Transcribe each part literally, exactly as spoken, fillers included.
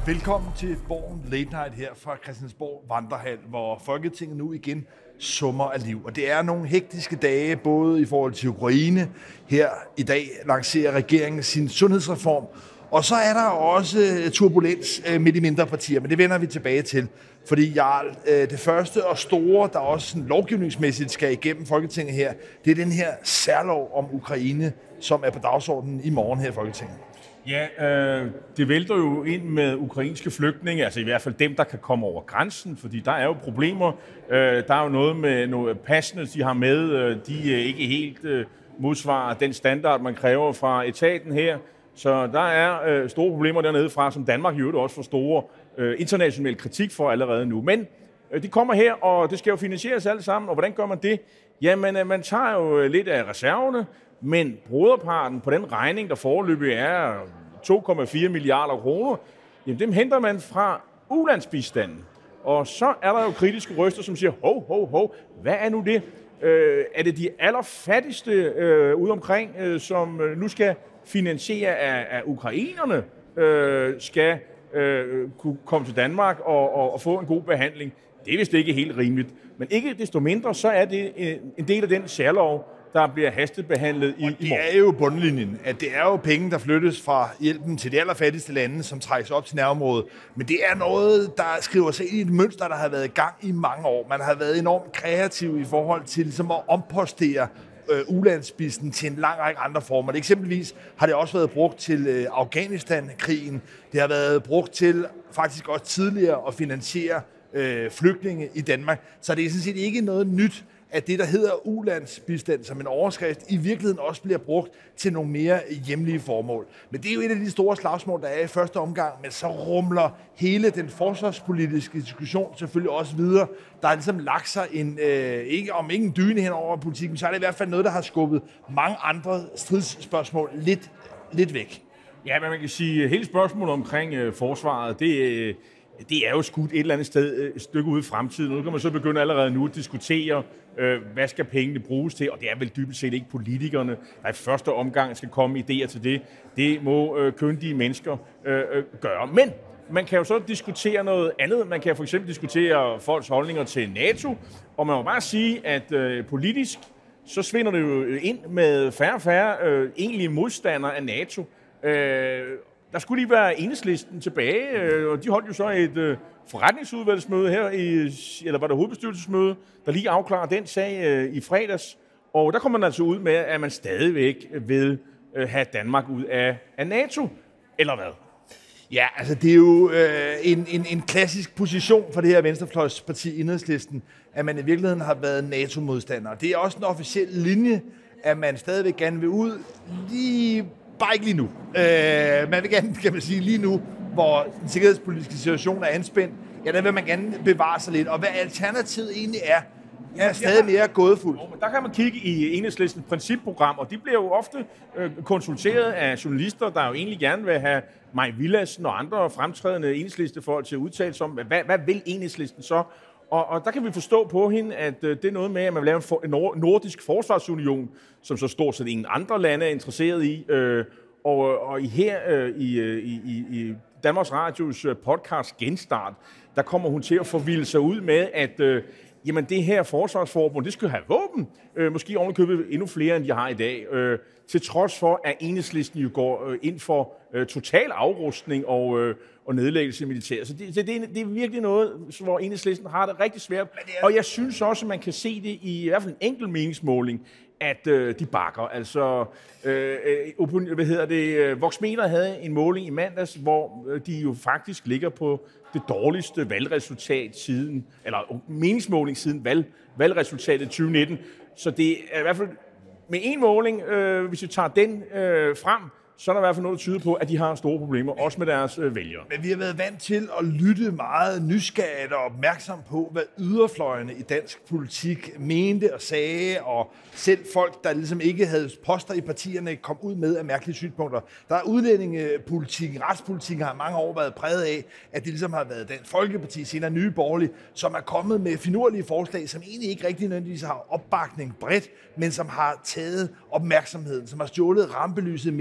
Velkommen til Borgen Late Night her fra Christiansborg Vandrehal, hvor Folketinget nu igen summer af liv. Og det er nogle hektiske dage, både i forhold til Ukraine. Her i dag lancerer regeringen sin sundhedsreform. Og så er der også turbulens midt i mindre partier, men det vender vi tilbage til. Fordi Jarl, det første og store, der også sådan lovgivningsmæssigt skal igennem Folketinget her, det er den her særlov om Ukraine, som er på dagsordenen i morgen her i Folketinget. Ja, øh, det vælter jo ind med ukrainske flygtninge, altså i hvert fald dem, der kan komme over grænsen, fordi der er jo problemer. Øh, der er jo noget med noget passende, de har med, øh, de øh, ikke helt øh, modsvarer den standard, man kræver fra etaten her. Så der er øh, store problemer dernede fra, som Danmark jo også får store øh, international kritik for allerede nu. Men øh, de kommer her, og det skal jo finansieres alle sammen, og hvordan gør man det? Jamen, øh, man tager jo øh, lidt af reserverne, men broderparten på den regning, der foreløbig er to komma fire milliarder kroner, jamen dem henter man fra ulandsbistanden. Og så er der jo kritiske røster, som siger, hov, hov, hov, hvad er nu det? Øh, er det de allerfattigste øh, ude omkring, øh, som øh, nu skal finansiere af, af ukrainerne, øh, skal øh, kunne komme til Danmark og, og, og få en god behandling? Det er vist ikke helt rimeligt. Men ikke desto mindre, så er det en del af den særlov, der bliver hastebehandlet i, i morgen. Det er jo bundlinjen, at det er jo penge, der flyttes fra hjælpen til de allerfattigste lande, som trækkes op til nærområdet. Men det er noget, der skriver sig ind i et mønster, der har været i gang i mange år. Man har været enormt kreativ i forhold til ligesom at ompostere øh, ulandsbisten til en lang række andre former. Det eksempelvis har det også været brugt til øh, Afghanistan-krigen. Det har været brugt til faktisk også tidligere at finansiere øh, flygtninge i Danmark. Så det er sådan set ikke noget nyt, at det, der hedder ulandsbistand som en overskrift, i virkeligheden også bliver brugt til nogle mere hjemlige formål. Men det er jo et af de store slagsmål, der er i første omgang, men så rumler hele den forsvarspolitiske diskussion selvfølgelig også videre. Der er ligesom lagt sig en, øh, ikke om ikke en dyne hen over politikken, så er det i hvert fald noget, der har skubbet mange andre stridsspørgsmål lidt, lidt væk. Ja, men man kan sige, at hele spørgsmålet omkring øh, forsvaret, det øh, Det er jo skudt et eller andet sted, et stykke ude i fremtiden. Nu kan man så begynde allerede nu at diskutere, øh, hvad skal pengene bruges til, og det er vel dybest set ikke politikerne, der i første omgang skal komme idéer til det. Det må øh, kyndige mennesker øh, gøre. Men man kan jo så diskutere noget andet. Man kan for eksempel diskutere folks holdninger til NATO, og man må bare sige, at øh, politisk, så svinder det jo ind med færre og færre øh, egentlige modstandere af NATO. Øh, Der skulle lige være Enhedslisten tilbage, og de holdt jo så et øh, forretningsudvalgsmøde her, i, eller var det hovedbestyrelsesmøde, der lige afklarer den sag øh, i fredags. Og der kommer man altså ud med, at man stadigvæk vil øh, have Danmark ud af, af NATO, eller hvad? Ja, altså det er jo øh, en, en, en klassisk position for det her venstrefløjsparti Enhedslisten, at man i virkeligheden har været NATO-modstander. Det er også en officiel linje, at man stadigvæk gerne vil ud lige... Bare ikke lige nu. Øh, man vil gerne, kan man sige, lige nu, hvor den sikkerhedspolitiske situation er anspændt, ja, der vil man gerne bevare sig lidt. Og hvad alternativet egentlig er, er stadig mere gådefuldt. Jo, men der kan man kigge i Enhedslistens principprogram, og de bliver jo ofte øh, konsulteret af journalister, der jo egentlig gerne vil have Mai Villadsen og andre fremtrædende enhedslistefolk til at udtale sig om, hvad, hvad vil Enhedslisten så? Og, og der kan vi forstå på hende, at øh, det er noget med, at man vil lave en, for, en nordisk forsvarsunion, som så stort set ingen andre lande er interesseret i. Øh, og, og i her øh, i, i, i Danmarks Radios podcast Genstart, der kommer hun til at forvilde sig ud med, at øh, jamen, det her forsvarsforbund, det skal have våben. Øh, måske ovenikøbet endnu flere, end de har i dag. Øh, til trods for, at Enhedslisten jo går øh, ind for øh, total afrustning og, øh, og nedlæggelse af militæret. Så det, det, det er virkelig noget, hvor Enhedslisten har det rigtig svært. Og jeg synes også, at man kan se det i, i hvert fald en enkelt meningsmåling, at øh, de bakker. Altså, øh, øh, hvad hedder det, Voxmeter havde en måling i mandags, hvor øh, de jo faktisk ligger på det dårligste valgresultat siden, eller meningsmåling siden valg, valgresultatet tyve nitten. Så det er i hvert fald med en måling, øh, hvis vi tager den øh, frem, så er der i hvert fald noget, der tyder på, at de har store problemer, også med deres øh, vælgere. Men vi har været vant til at lytte meget nysgerrigt og opmærksom på, hvad yderfløjene i dansk politik mente og sagde, og selv folk, der ligesom ikke havde poster i partierne, kom ud med af mærkelige synspunkter. Der er udlændingepolitikken, retspolitikken har mange år været præget af, at det ligesom har været Dansk Folkeparti, senere Nye Borgerlige, som er kommet med finurlige forslag, som egentlig ikke rigtig nødvendigvis har opbakning bredt, men som har taget opmærksomheden, som har stjålet rampelyset i medierne og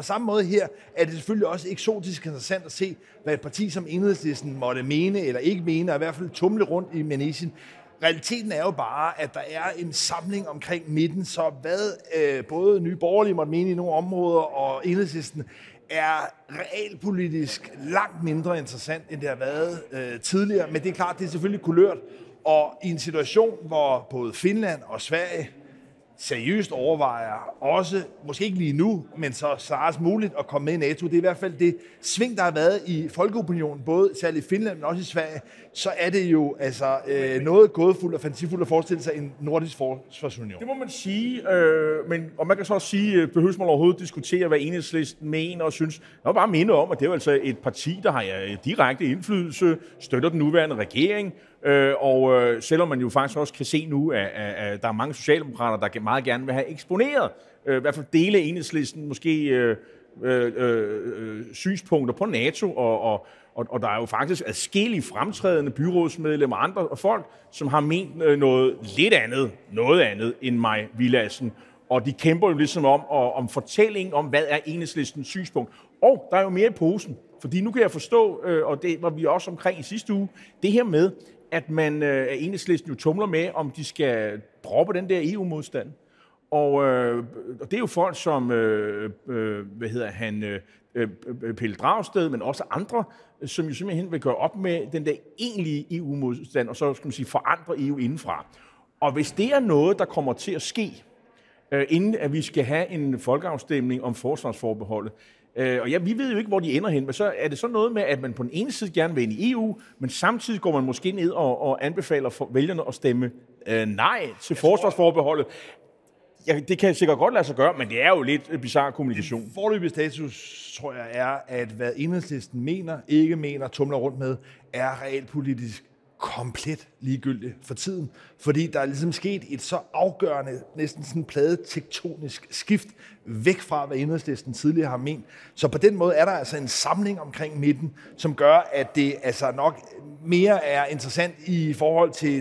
samme måde her er det selvfølgelig også eksotisk interessant at se, hvad et parti som Enhedslisten måtte mene eller ikke mene, og i hvert fald tumle rundt i Manesien. Realiteten er jo bare, at der er en samling omkring midten, så hvad øh, både Nye Borgerlige måtte mene i nogle områder og Enhedslisten er realpolitisk langt mindre interessant, end det har været øh, tidligere. Men det er klart, det er selvfølgelig kulørt. Og i en situation, hvor både Finland og Sverige seriøst overvejer også, måske ikke lige nu, men så snarest muligt at komme med i NATO. Det er i hvert fald det sving, der har været i folkeopinionen, både særligt i Finland, men også i Sverige. Så er det jo altså øh, noget gådefuldt og fantasifuldt at forestille sig en nordisk forsvarsunion. Det må man sige, øh, men, og man kan så også sige, behøves man overhovedet diskutere, hvad Enhedslisten mener og synes. Jeg vil bare minde om, at det er jo altså et parti, der har direkte indflydelse, støtter den nuværende regering, Øh, og øh, selvom man jo faktisk også kan se nu, at, at, at der er mange socialdemokrater, der meget gerne vil have eksponeret, øh, i hvert fald dele af Enhedslisten, måske øh, øh, øh, synspunkter på NATO, og, og, og, og der er jo faktisk adskillige fremtrædende byrådsmedlemmer og andre folk, som har ment øh, noget lidt andet, noget andet end Mai Villadsen. Og de kæmper jo ligesom om, og, om fortællingen om, hvad er Enhedslistens synspunkt. Og der er jo mere i posen, fordi nu kan jeg forstå, øh, og det var vi også omkring i sidste uge, det her med, at man øh, Enhedslisten jo tumler med, om de skal droppe den der E U-modstand. Og, øh, og det er jo folk som, øh, øh, hvad hedder han, øh, øh, Pelle Dragsted, men også andre, som jo simpelthen vil gøre op med den der egentlige E U-modstand, og så skal man sige forandre E U indenfra. Og hvis det er noget, der kommer til at ske, øh, inden at vi skal have en folkeafstemning om forsvarsforbeholdet, Øh, og ja, vi ved jo ikke, hvor de ender hen, men så er det så noget med, at man på den ene side gerne vil ind i E U, men samtidig går man måske ned og, og anbefaler for vælgerne at stemme øh, nej til forsvarsforbeholdet. Ja, det kan sikkert godt lade sig gøre, men det er jo lidt bizarre kommunikation. Den foreløbige status, tror jeg, er, at hvad Enhedslisten mener, ikke mener, tumler rundt med, er realpolitisk komplet ligegyldigt for tiden, fordi der er ligesom sket et så afgørende, næsten sådan pladetektonisk skift væk fra, hvad Enhedslisten tidligere har ment. Så på den måde er der altså en samling omkring midten, som gør, at det altså nok mere er interessant i forhold til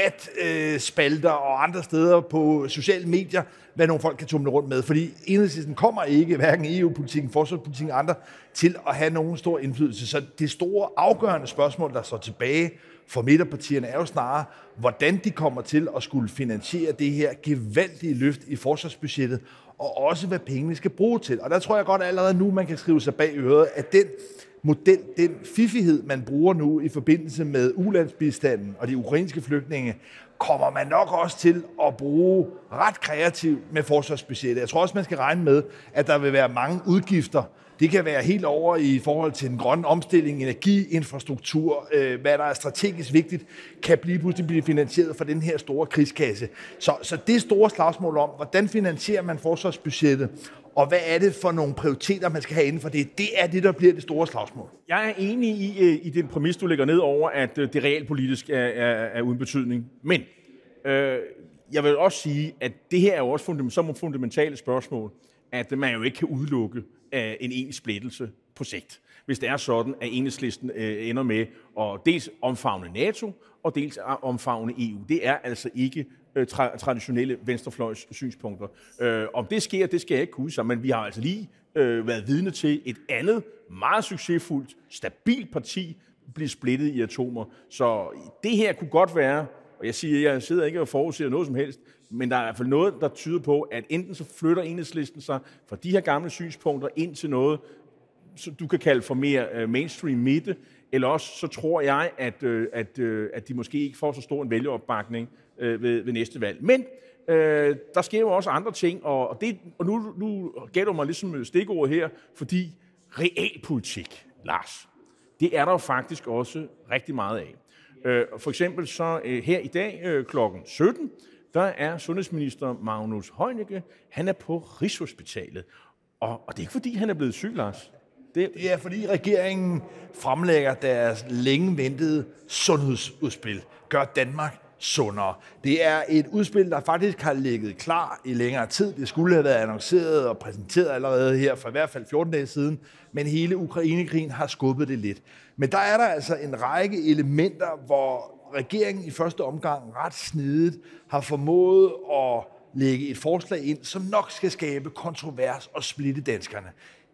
debatspalter og andre steder på sociale medier, hvad nogle folk kan tumle rundt med. Fordi Enhedslisten kommer ikke, hverken E U-politikken, forsvarspolitikken og andre, til at have nogen stor indflydelse. Så det store afgørende spørgsmål, der står tilbage for midterpartierne, er jo snarere, hvordan de kommer til at skulle finansiere det her gevaldige løft i forsvarsbudgettet, og også hvad pengene skal bruge til. Og der tror jeg godt allerede nu, man kan skrive sig bag øret, at den model, den fiffighed, man bruger nu i forbindelse med ulandsbistanden og de ukrainske flygtninge, kommer man nok også til at bruge ret kreativt med forsvarsbudgettet. Jeg tror også, man skal regne med, at der vil være mange udgifter. Det kan være helt over i forhold til den grønne omstilling, energiinfrastruktur, øh, hvad der er strategisk vigtigt, kan blive pludselig blive finansieret fra den her store krigskasse. Så, så det store slagsmål om, hvordan finansierer man forsvarsbudgettet, og hvad er det for nogle prioriteter, man skal have inden for det, det er det, der bliver det store slagsmål. Jeg er enig i, i den præmis, du lægger ned over, at det realpolitisk er, er, er uden betydning. Men øh, jeg vil også sige, at det her er jo også fundament, så fundamentale spørgsmål, at man jo ikke kan udelukke af en egentlig splittelse på sigt, hvis det er sådan, at Enhedslisten øh, ender med at dels omfavne NATO, og dels omfavne E U. Det er altså ikke øh, tra- traditionelle venstrefløjs synspunkter. Øh, om det sker, det skal jeg ikke kunne sige, men vi har altså lige øh, været vidne til et andet, meget succesfuldt, stabilt parti blive splittet i atomer. Så det her kunne godt være, og jeg siger, jeg sidder ikke og forudser noget som helst, men der er i hvert fald noget, der tyder på, at enten så flytter Enhedslisten sig fra de her gamle synspunkter ind til noget, som du kan kalde for mere uh, mainstream midte, eller også så tror jeg, at, uh, at, uh, at de måske ikke får så stor en vælgeopbakning uh, ved, ved næste valg. Men uh, der sker jo også andre ting, og, det, og nu, nu gælder mig ligesom stikordet her, fordi realpolitik, Lars, det er der jo faktisk også rigtig meget af. Uh, for eksempel så uh, her i dag uh, klokken sytten, der er sundhedsminister Magnus Heunicke, han er på Rigshospitalet. Og, og det er ikke fordi, han er blevet syg, Lars. Det, det er fordi regeringen fremlægger deres længe ventede sundhedsudspil. Gør Danmark sundere. Det er et udspil, der faktisk har ligget klar i længere tid. Det skulle have været annonceret og præsenteret allerede her for i hvert fald fjorten dage siden, men hele Ukrainekrigen har skubbet det lidt. Men der er der altså en række elementer, hvor regeringen i første omgang ret snedigt har formået at lægge et forslag ind, som nok skal skabe kontrovers og splitte danskerne.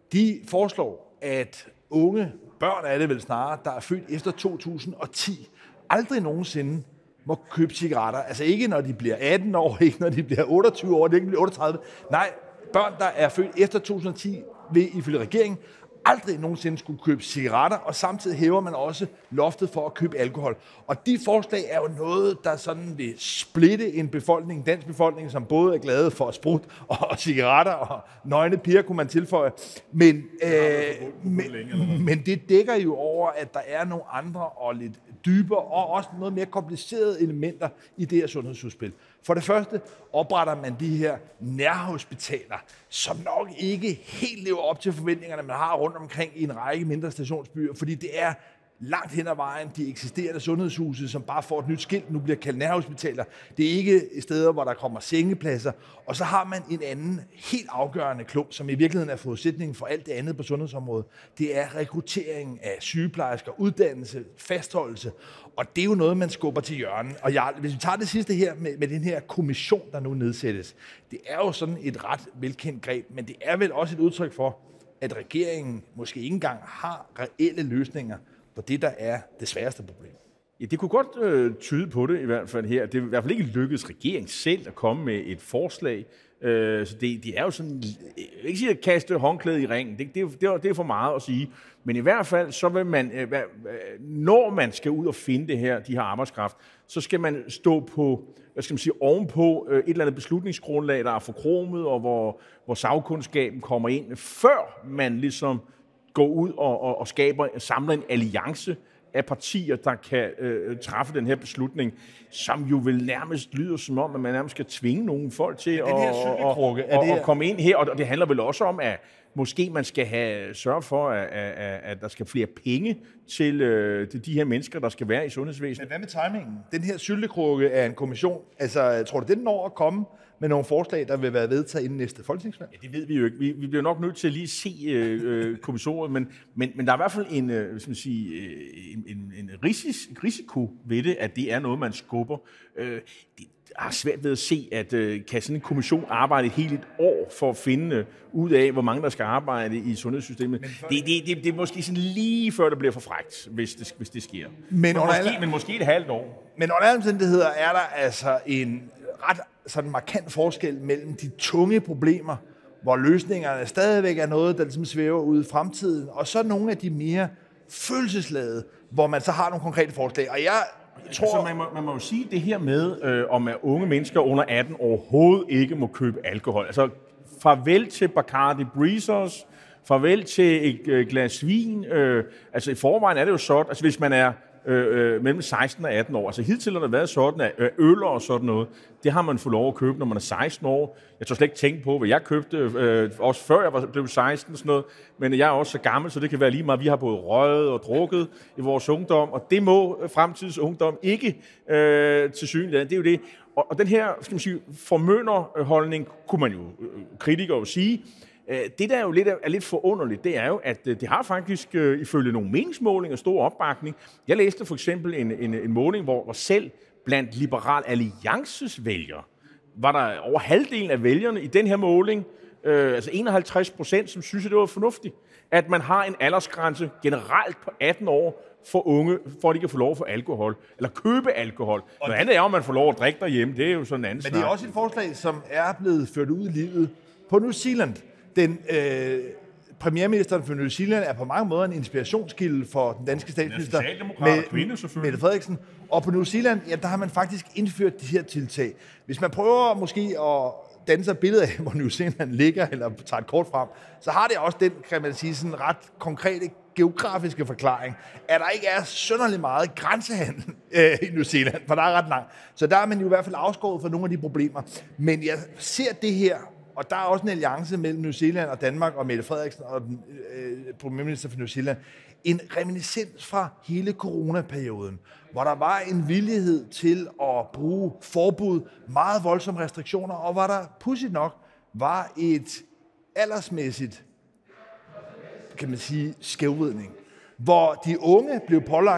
De foreslår, at unge børn er det vel snarere, der er født efter to tusind og ti, aldrig nogensinde må købe cigaretter. Altså ikke når de bliver atten år, ikke når de bliver otteogtyve år, det ikke bliver otteogtredive. Nej, børn, der er født efter to tusind og ti, vil ifølge regeringen aldrig nogensinde skulle købe cigaretter, og samtidig hæver man også loftet for at købe alkohol. Og de forslag er jo noget, der sådan vil splitte en befolkning, en dansk befolkning, som både er glade for sprut og cigaretter og nøgne piger, kunne man tilføje. Men, øh, men, men det dækker jo over, at der er nogle andre og lidt dybere og også noget mere komplicerede elementer i det her sundhedsudspil. For det første opretter man de her nærhospitaler, som nok ikke helt lever op til forventningerne, man har rundt omkring i en række mindre stationsbyer, fordi det er langt hen ad vejen de eksisterende sundhedshuse, som bare får et nyt skilt, nu bliver kaldt nærhospitaler. Det er ikke steder, hvor der kommer sengepladser. Og så har man en anden helt afgørende klump, som i virkeligheden er forudsætningen for alt det andet på sundhedsområdet. Det er rekruttering af sygeplejersker, uddannelse, fastholdelse. Og det er jo noget, man skubber til hjørnen. Og jeg, hvis vi tager det sidste her med, med den her kommission, der nu nedsættes, det er jo sådan et ret velkendt greb, men det er vel også et udtryk for, at regeringen måske ikke engang har reelle løsninger på det, der er det sværeste problem. Ja, det kunne godt øh, tyde på det i hvert fald her. Det er i hvert fald ikke lykkedes regeringen selv at komme med et forslag. Øh, så det, det er jo sådan, jeg vil ikke sige at kaste håndklædet i ringen, det, det, det, det er for meget at sige. Men i hvert fald, så vil man, øh, når man skal ud og finde det her, de her arbejdskraft, så skal man stå på, hvad skal man sige, ovenpå øh, et eller andet beslutningsgrundlag, der er forkromet, og hvor, hvor sagkundskaben kommer ind, før man ligesom går ud og, og, og skaber, samler en alliance af partier, der kan øh, træffe den her beslutning, som jo vel nærmest lyder som om, at man nærmest skal tvinge nogle folk til at, og, og, og komme ind her. Og det handler vel også om, at måske man skal have sørget for, at, at, at der skal flere penge til, øh, til de her mennesker, der skal være i sundhedsvæsenet. Men hvad med timingen? Den her syltekrukke af en kommission, altså tror du, den når at komme med nogle forslag, der vil være vedtaget inden næste folketingsvalg? Ja, det ved vi jo ikke. Vi, vi bliver nok nødt til at lige se øh, kommissionen, men, men, men der er i hvert fald en, øh, skal man sige, øh, en, en, en risis, risiko ved det, at det er noget, man skubber. Øh, det er svært ved at se, at øh, kan sådan en kommission arbejde et helt et år for at finde øh, ud af, hvor mange der skal arbejde i sundhedssystemet. Det, det, det, det er måske sådan lige før, det bliver for frækt, hvis det, hvis det sker. Men, men, måske, alle, men måske et halvt år. Men under alle omstændigheder er der altså en ret sådan markant forskel mellem de tunge problemer, hvor løsningerne stadigvæk er noget, der ligesom svæver ude i fremtiden, og så nogle af de mere følelsesladede, hvor man så har nogle konkrete forslag. Og jeg tror... Altså, man, må, man må jo sige det her med, øh, om at unge mennesker under atten overhovedet ikke må købe alkohol. Altså, farvel til Bacardi Breezers, farvel til et øh, glas vin. Øh, altså, i forvejen er det jo sådan, altså hvis man er Øh, mellem seksten og atten år. Altså hidtil har det været sådan, at øl og sådan noget, det har man fået lov at købe, når man er seksten år. Jeg tror slet ikke tænke på, hvad jeg købte, øh, også før jeg var, blev seksten og sådan noget, men jeg er også så gammel, så det kan være lige meget, vi har både røget og drukket i vores ungdom, og det må fremtidens ungdom ikke øh, til synligheden. Det er jo det. Og, og den her, skal man sige, formønderholdning, kunne man jo, kritikere jo sige, det, der er jo lidt, er lidt forunderligt, det er jo, at det har faktisk øh, ifølge nogle meningsmålinger stor opbakning. Jeg læste for eksempel en, en, en måling, hvor, hvor selv blandt Liberal Alliances vælgere, var der over halvdelen af vælgerne i den her måling, øh, altså enoghalvtreds procent, som synes, at det var fornuftigt, at man har en aldersgrænse generelt på atten år for unge, for at de kan få lov at få alkohol, eller købe alkohol. Og noget andet er, om man får lov at drikke derhjemme, det er jo sådan en anden snak. Men det er også et forslag, som er blevet ført ud i livet på New Zealand. Den øh, premierministeren for New Zealand er på mange måder en inspirationskilde for den danske statsminister, med, Mette Frederiksen. Og på New Zealand, ja, der har man faktisk indført de her tiltag. Hvis man prøver måske at danne sig et billede af, hvor New Zealand ligger, eller tager et kort frem, så har det også den, kan man sige, sådan ret konkrete geografiske forklaring, at der ikke er synderligt meget grænsehandel øh, i New Zealand, for der er ret langt. Så der er man jo i hvert fald afskåret for nogle af de problemer. Men jeg ser det her, og der er også en alliance mellem New Zealand og Danmark og Mette Frederiksen og den øh, premierminister for New Zealand. En reminiscens fra hele coronaperioden, hvor der var en villighed til at bruge forbud, meget voldsomme restriktioner, og hvor der pudsigt nok var et aldersmæssigt, kan man sige, skævvridning, hvor de unge blev pålagt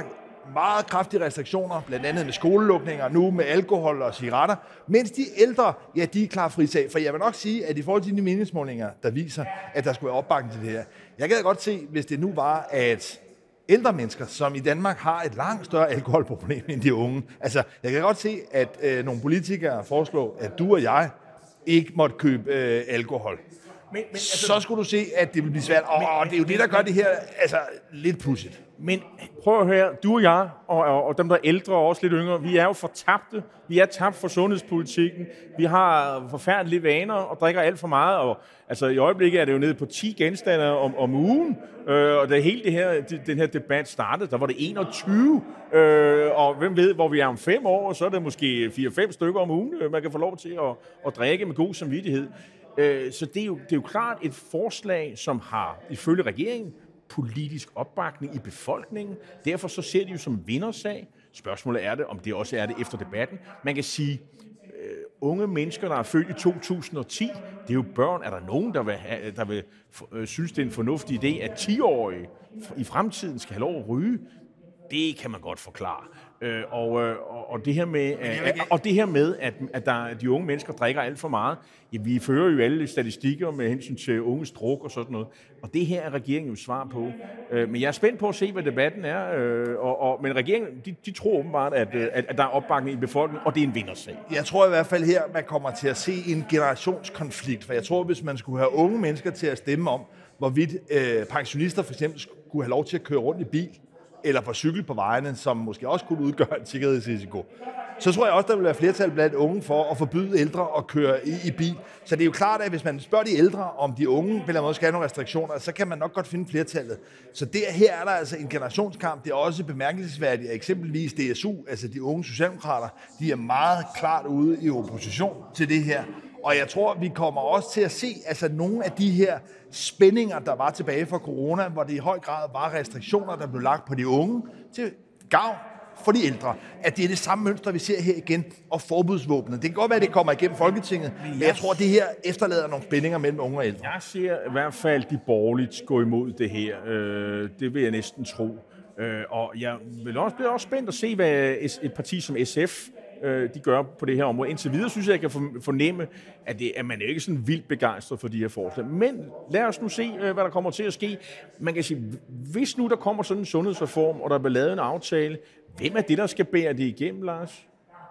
meget kraftige restriktioner, blandt andet med skolelukninger, nu med alkohol og cigaretter, mens de ældre, ja, de er klar frisag. For jeg vil nok sige, at i forhold til de meningsmålinger, der viser, at der skulle være opbakning til det her, jeg kan godt se, hvis det nu var, at ældre mennesker, som i Danmark har et langt større alkoholproblem end de unge. Altså, jeg kan godt se, at øh, nogle politikere foreslår, at du og jeg ikke måtte købe øh, alkohol. Men, men, altså, så skulle du se, at det vil blive svært. Og men, det er jo det, der gør det her altså, lidt pudsigt. Men prøv at høre, du og jeg, og, og, og dem, der er ældre og også lidt yngre, vi er jo fortabte. Vi er tabt for sundhedspolitikken. Vi har forfærdelige vaner og drikker alt for meget. Og, altså, i øjeblikket er det jo nede på ti genstande om, om ugen. Øh, og da hele det her, den her debat startede, der var det enogtyve. Øh, og hvem ved, hvor vi er om fem år, så er det måske fire fem stykker om ugen, man kan få lov til at, at drikke med god samvittighed. Øh, så det er, jo, det er jo klart et forslag, som har, ifølge regeringen, politisk opbakning i befolkningen. Derfor så ser de jo som vindersag. Spørgsmålet er det, om det også er det efter debatten. Man kan sige, øh, unge mennesker, der er født i to tusind og ti, det er jo børn. Er der nogen, der vil, have, der vil øh, synes, det er en fornuftig idé, at ti-årige i fremtiden skal have lov at ryge? Det kan man godt forklare. Øh, og, og, og det her med, at, og det her med at, at der, de unge mennesker drikker alt for meget, ja, vi fører jo alle statistikker med hensyn til unges druk og sådan noget. Og det her er regeringen jo svar på. Øh, men jeg er spændt på at se, hvad debatten er. Øh, og, og, men regeringen, de, de tror åbenbart, at, at, at der er opbakning i befolkningen, og det er en vindersag. Jeg tror i hvert fald her, man kommer til at se en generationskonflikt. For jeg tror, hvis man skulle have unge mennesker til at stemme om, hvorvidt øh, pensionister for eksempel skulle have lov til at køre rundt i bil, eller på cykel på vejene, som måske også kunne udgøre en sikkerhedsrisiko, så tror jeg også, der vil være flertal blandt unge for at forbyde ældre at køre i, i bil. Så det er jo klart, at hvis man spørger de ældre, om de unge vil have nogle restriktioner, så kan man nok godt finde flertallet. Så der, her er der altså en generationskamp. Det er også bemærkelsesværdigt, at eksempelvis D S U, altså de unge socialdemokrater, de er meget klart ude i opposition til det her. Og jeg tror, vi kommer også til at se altså nogle af de her spændinger, der var tilbage fra corona, hvor det i høj grad var restriktioner, der blev lagt på de unge til gavn for de ældre. At det er det samme mønster, vi ser her igen, og forbudsvåbnet. Det kan godt være, at det kommer igennem Folketinget, men jeg tror, at det her efterlader nogle spændinger mellem unge og ældre. Jeg ser i hvert fald de borgerligt gå imod det her. Det vil jeg næsten tro. Og jeg vil også blive også spændt at se, hvad et parti som S F de gør på det her område. Indtil videre synes jeg, jeg kan fornemme, at, det, at man er ikke sådan vildt begejstret for de her forslag. Men lad os nu se, hvad der kommer til at ske. Man kan sige, hvis nu der kommer sådan en sundhedsreform, og der bliver lavet en aftale, hvem er det, der skal bære det igennem, Lars?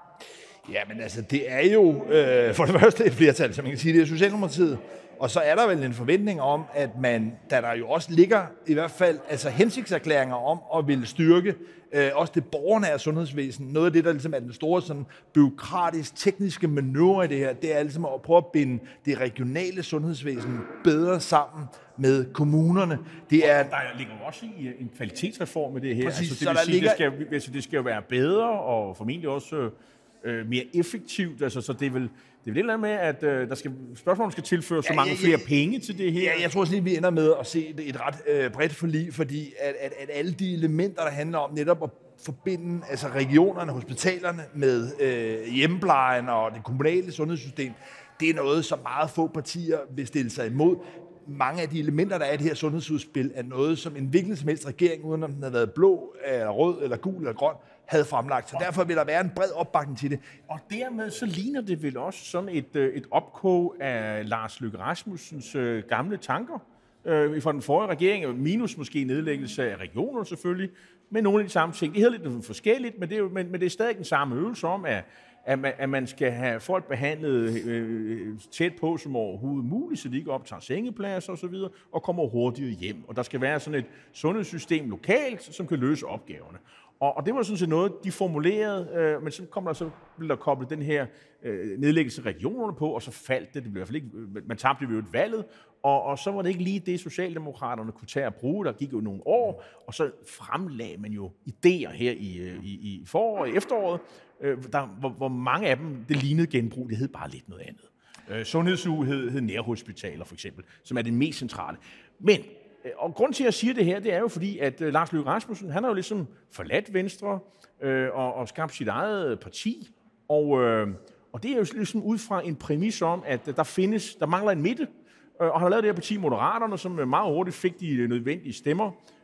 Ja, men altså, det er jo øh, for det første et flertal, som man kan sige, det er Socialdemokratiet. Og så er der vel en forventning om, at man, da der jo også ligger i hvert fald altså hensigtserklæringer om at ville styrke øh, også det borgernære sundhedsvæsen. Noget af det, der ligesom er den store sådan, byråkratisk tekniske manøvre i det her, det er ligesom at prøve at binde det regionale sundhedsvæsen bedre sammen med kommunerne. Det er, der ligger jo også i en kvalitetsreform med det her. Præcis, altså, det, vil sige, ligger... det, skal, altså, det skal jo være bedre og formentlig også øh, mere effektivt. Altså, så det er vel det er vel et eller andet med, at øh, der skal, spørgsmålet skal tilføre så ja, mange ja, ja, flere penge til det her. Ja, jeg tror også lige, vi ender med at se et ret øh, bredt forlig, fordi at, at, at alle de elementer, der handler om netop at forbinde altså regionerne, hospitalerne med øh, hjemmeplejen og det kommunale sundhedssystem, det er noget, som meget få partier vil stille sig imod. Mange af de elementer, der er i det her sundhedsudspil, er noget, som en hvilken som helst regering, uden om den har været blå, eller rød, eller gul, eller grøn, havde fremlagt. Så derfor vil der være en bred opbakning til det. Og dermed så ligner det vel også sådan et, et opkog af Lars Løkke Rasmussens øh, gamle tanker øh, fra den forrige regering, minus måske nedlæggelse af regioner selvfølgelig, men nogle af de samme ting. Det hedder lidt forskelligt, men det er, jo, men, men det er stadig den samme øvelse om, at At man, at man skal have folk behandlet øh, tæt på som overhovedet muligt, så de ikke optager sengepladser og så videre, og kommer hurtigt hjem. Og der skal være sådan et sundhedssystem lokalt, som kan løse opgaverne. Og, og det var sådan set noget, de formulerede, øh, men så kom der så blev der koblet den her øh, nedlæggelse af regionerne på, og så faldt det. Det blev i hvert fald ikke, man tabte jo et valget, og, og så var det ikke lige det, Socialdemokraterne kunne tage at bruge. Der gik jo nogle år, og så fremlagde man jo idéer her i, i, i foråret og efteråret, øh, der, hvor, hvor mange af dem, det lignede genbrug, det hed bare lidt noget andet. Øh, Sundhedsuge hed, hed nærhospitaler for eksempel, som er det mest centrale. Men Og grund til, at jeg siger det her, det er jo fordi, at uh, Lars Løkke Rasmussen, han har jo ligesom forladt Venstre øh, og, og skabt sit eget parti. Og, øh, og det er jo ligesom ud fra en præmis om, at uh, der findes, der mangler en midte. Øh, og han har lavet det her parti Moderaterne, som meget hurtigt fik de nødvendige stemmer.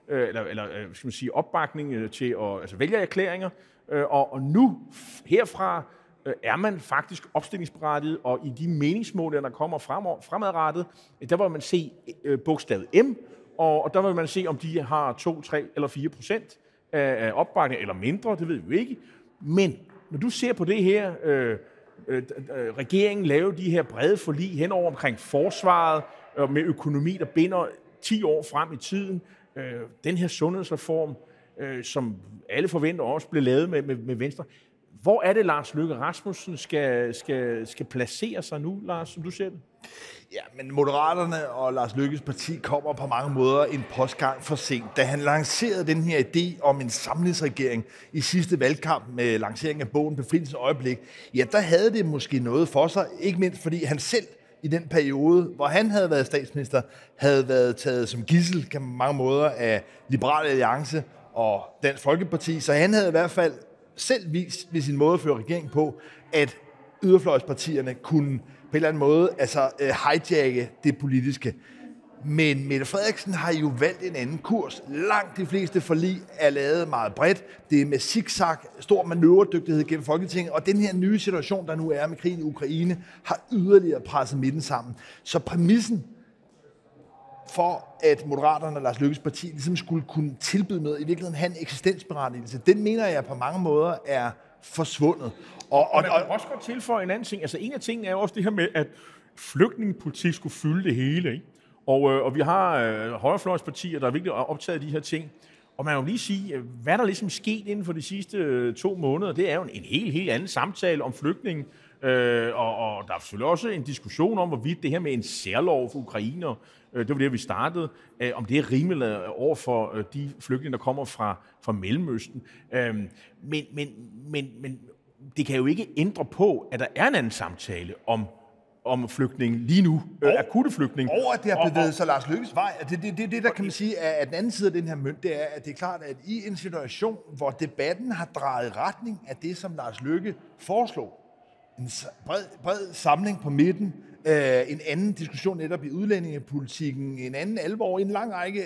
øh, eller, eller skal man sige, opbakning øh, til at, altså vælgererklæringer, øh, og, og nu herfra øh, er man faktisk opstillingsberettiget, og i de meningsmålinger, der kommer frem, fremadrettet, der vil man se øh, bogstavet M, og, og der vil man se, om de har to, tre eller fire procent af, af opbakning, eller mindre, det ved vi jo ikke. Men når du ser på det her, øh, øh, regeringen lave de her brede forlig henover omkring forsvaret, øh, med økonomi, der binder ti år frem i tiden, øh, den her sundhedsreform, øh, som alle forventer også bliver lavet med, med, med Venstre. Hvor er det, Lars Løkke Rasmussen skal, skal, skal placere sig nu, Lars, som du ser det? Ja, men Moderaterne og Lars Løkkes parti kommer på mange måder en postgang for sent. Da han lancerede den her idé om en samlingsregering i sidste valgkamp med lanceringen af bogen Befrielsens Øjeblik, ja, der havde det måske noget for sig, ikke mindst fordi han selv i den periode, hvor han havde været statsminister, havde været taget som gidsel, kan man mange måder, af Liberal Alliance og Dansk Folkeparti, så han havde i hvert fald selv vist ved sin måde at føre regering på, at yderfløjspartierne kunne på en eller anden måde altså uh, hijacke det politiske. Men Mette Frederiksen har jo valgt en anden kurs. Langt de fleste forlig er lavet meget bredt. Det er med zigzag, stor manøvredygtighed gennem Folketinget, og den her nye situation, der nu er med krigen i Ukraine, har yderligere presset midten sammen. Så præmissen for, at Moderaterne og Lars Løkkes parti ligesom skulle kunne tilbyde noget, i virkeligheden have en eksistensberettigelse, den mener jeg på mange måder er forsvundet. Og, og, og man kan også godt tilføje en anden ting. Altså en af tingene er jo også det her med, at flygtningepolitik skulle fylde det hele, ikke? Og, øh, og vi har øh, højrefløjspartier, der er virkelig optaget af de her ting. Og man kan jo lige sige, hvad der ligesom sket inden for de sidste øh, to måneder, det er jo en, en helt, helt anden samtale om flygtninge. Øh, og, og der er selvfølgelig også en diskussion om, hvorvidt det her med en særlov for ukrainer, øh, det var det, vi startede, øh, om det er rimeligt over for øh, de flygtninge, der kommer fra, fra Mellemøsten. Øh, men, men, men, men det kan jo ikke ændre på, at der er en anden samtale om om flygtninge lige nu, og, øh, akutte flygtninge. Og at det har bevæget sig Lars Løkkes vej. Det, det, det, det, der kan man sige, at den anden side af den her mønt, det er, at det er klart, at i en situation, hvor debatten har drejet retning af det, som Lars Løkke foreslog, en bred, bred samling på midten, øh, en anden diskussion netop i udlændingepolitikken, en anden alvor, en lang række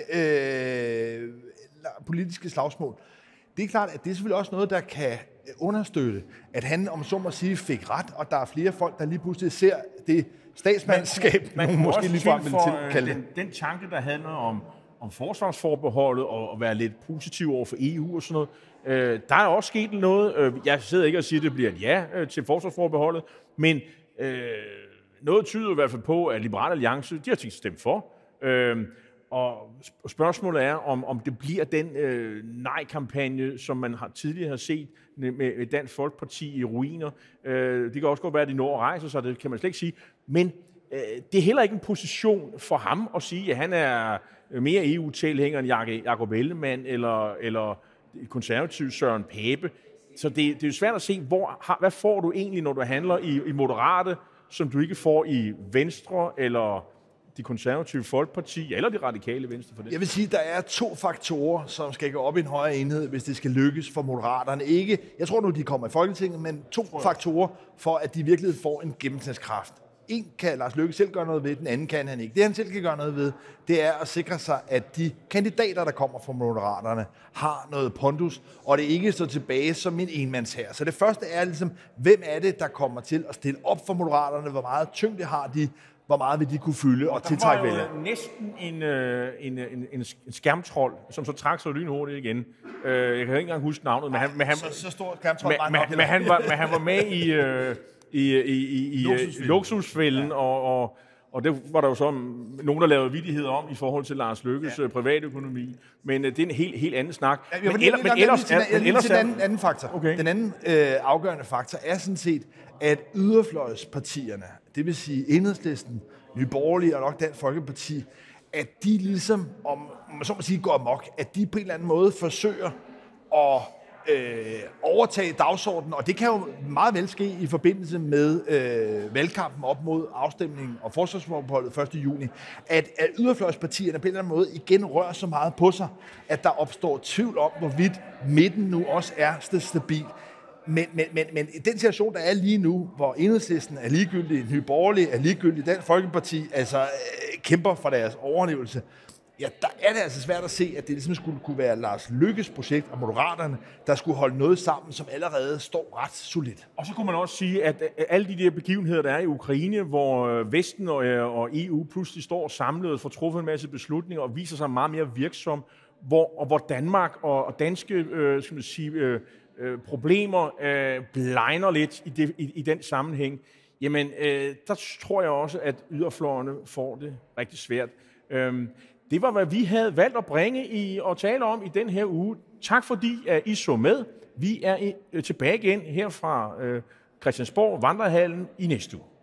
øh, politiske slagsmål. Det er klart, at det er selvfølgelig også noget, der kan understøtte, at han, om så må sige, fik ret, og der er flere folk, der lige pludselig ser det statsmandskab, man, man måske lige frem til kalde den, den tanke, der handler om, om forsvarsforbeholdet og at være lidt positiv over for E U og sådan noget. Øh, der er også sket noget. Øh, jeg sidder ikke og siger, at det bliver et ja øh, til forsvarsforbeholdet, men øh, noget tyder i hvert fald på, at Liberal Alliance, de har tænkt sig stemme for. Øh, Og spørgsmålet er, om, om det bliver den øh, nej-kampagne, som man har tidligere har set med Dansk Folkeparti i ruiner. Øh, det kan også godt være, at de når at rejse sig, det kan man slet ikke sige. Men øh, det er heller ikke en position for ham at sige, at han er mere E U-tilhænger end Jakob Ellemann eller, eller konservativ Søren Pape. Så det, det er jo svært at se, hvor, har, hvad får du egentlig, når du handler i, i Moderate, som du ikke får i Venstre eller de konservative Folkeparti, eller de radikale Venstre for det? Jeg vil sige, at der er to faktorer, som skal gå op i en højere enhed, hvis det skal lykkes for Moderaterne. Ikke, jeg tror nu, de kommer i Folketinget, men to faktorer for, at de virkelig får en gennemsnitskraft. En kan Lars Løkke selv gøre noget ved, den anden kan han ikke. Det han selv kan gøre noget ved, det er at sikre sig, at de kandidater, der kommer fra Moderaterne, har noget pondus, og det ikke står tilbage som en enmandshær. Så det første er ligesom, hvem er det, der kommer til at stille op for Moderaterne? Hvor meget tyngde har de? Hvor meget vil de kunne fylde og, og tiltrække vælgere? Der var jo næsten en, en, en, en, en skærmtrold, som så trak sig lynhurtigt igen. Jeg kan ikke engang huske navnet, men han, men han, så, så stor skærmtrold men, men, men, han var, men han var med i, i, i, i, i luksusfælden, ja. og, og, og det var der jo så nogen, der lavede vittigheder om i forhold til Lars Løkkes ja. privatøkonomi. Men det er en helt, helt anden snak. Ja, men, men, eller, men ellers... Til, men ellers til den anden, anden faktor. Okay. Den anden øh, afgørende faktor er sådan set, at yderfløjspartierne, det vil sige Enhedslisten, Nye Borgerlige og nok Dansk Folkeparti, at de ligesom, om man så må sige, går amok, at de på en eller anden måde forsøger at øh, overtage dagsordenen, og det kan jo meget vel ske i forbindelse med øh, valgkampen op mod afstemningen og forsvarsforbeholdet første juni, at, at yderfløjspartierne på en eller anden måde igen rører så meget på sig, at der opstår tvivl om, hvorvidt midten nu også er stabil. Men, men, men, men den situation, der er lige nu, hvor Enhedslisten er ligegyldig, Nye Borgerlige er ligegyldig, Dansk Folkeparti altså øh, kæmper for deres overlevelse, ja, der er det altså svært at se, at det ligesom skulle kunne være Lars Løkkes projekt og Moderaterne, der skulle holde noget sammen, som allerede står ret solidt. Og så kunne man også sige, at alle de der begivenheder, der er i Ukraine, hvor Vesten og E U pludselig står samlet og får truffet en masse beslutninger og viser sig meget mere virksom, hvor, og hvor Danmark og danske øh, skal man sige, øh, øh, problemer øh, blegner lidt i, det, i, i den sammenhæng, jamen øh, der tror jeg også, at yderfløjene får det rigtig svært. Øhm, det var, hvad vi havde valgt at bringe i og tale om i den her uge. Tak fordi at I så med. Vi er tilbage igen her fra øh, Christiansborg Vandrehallen i næste uge.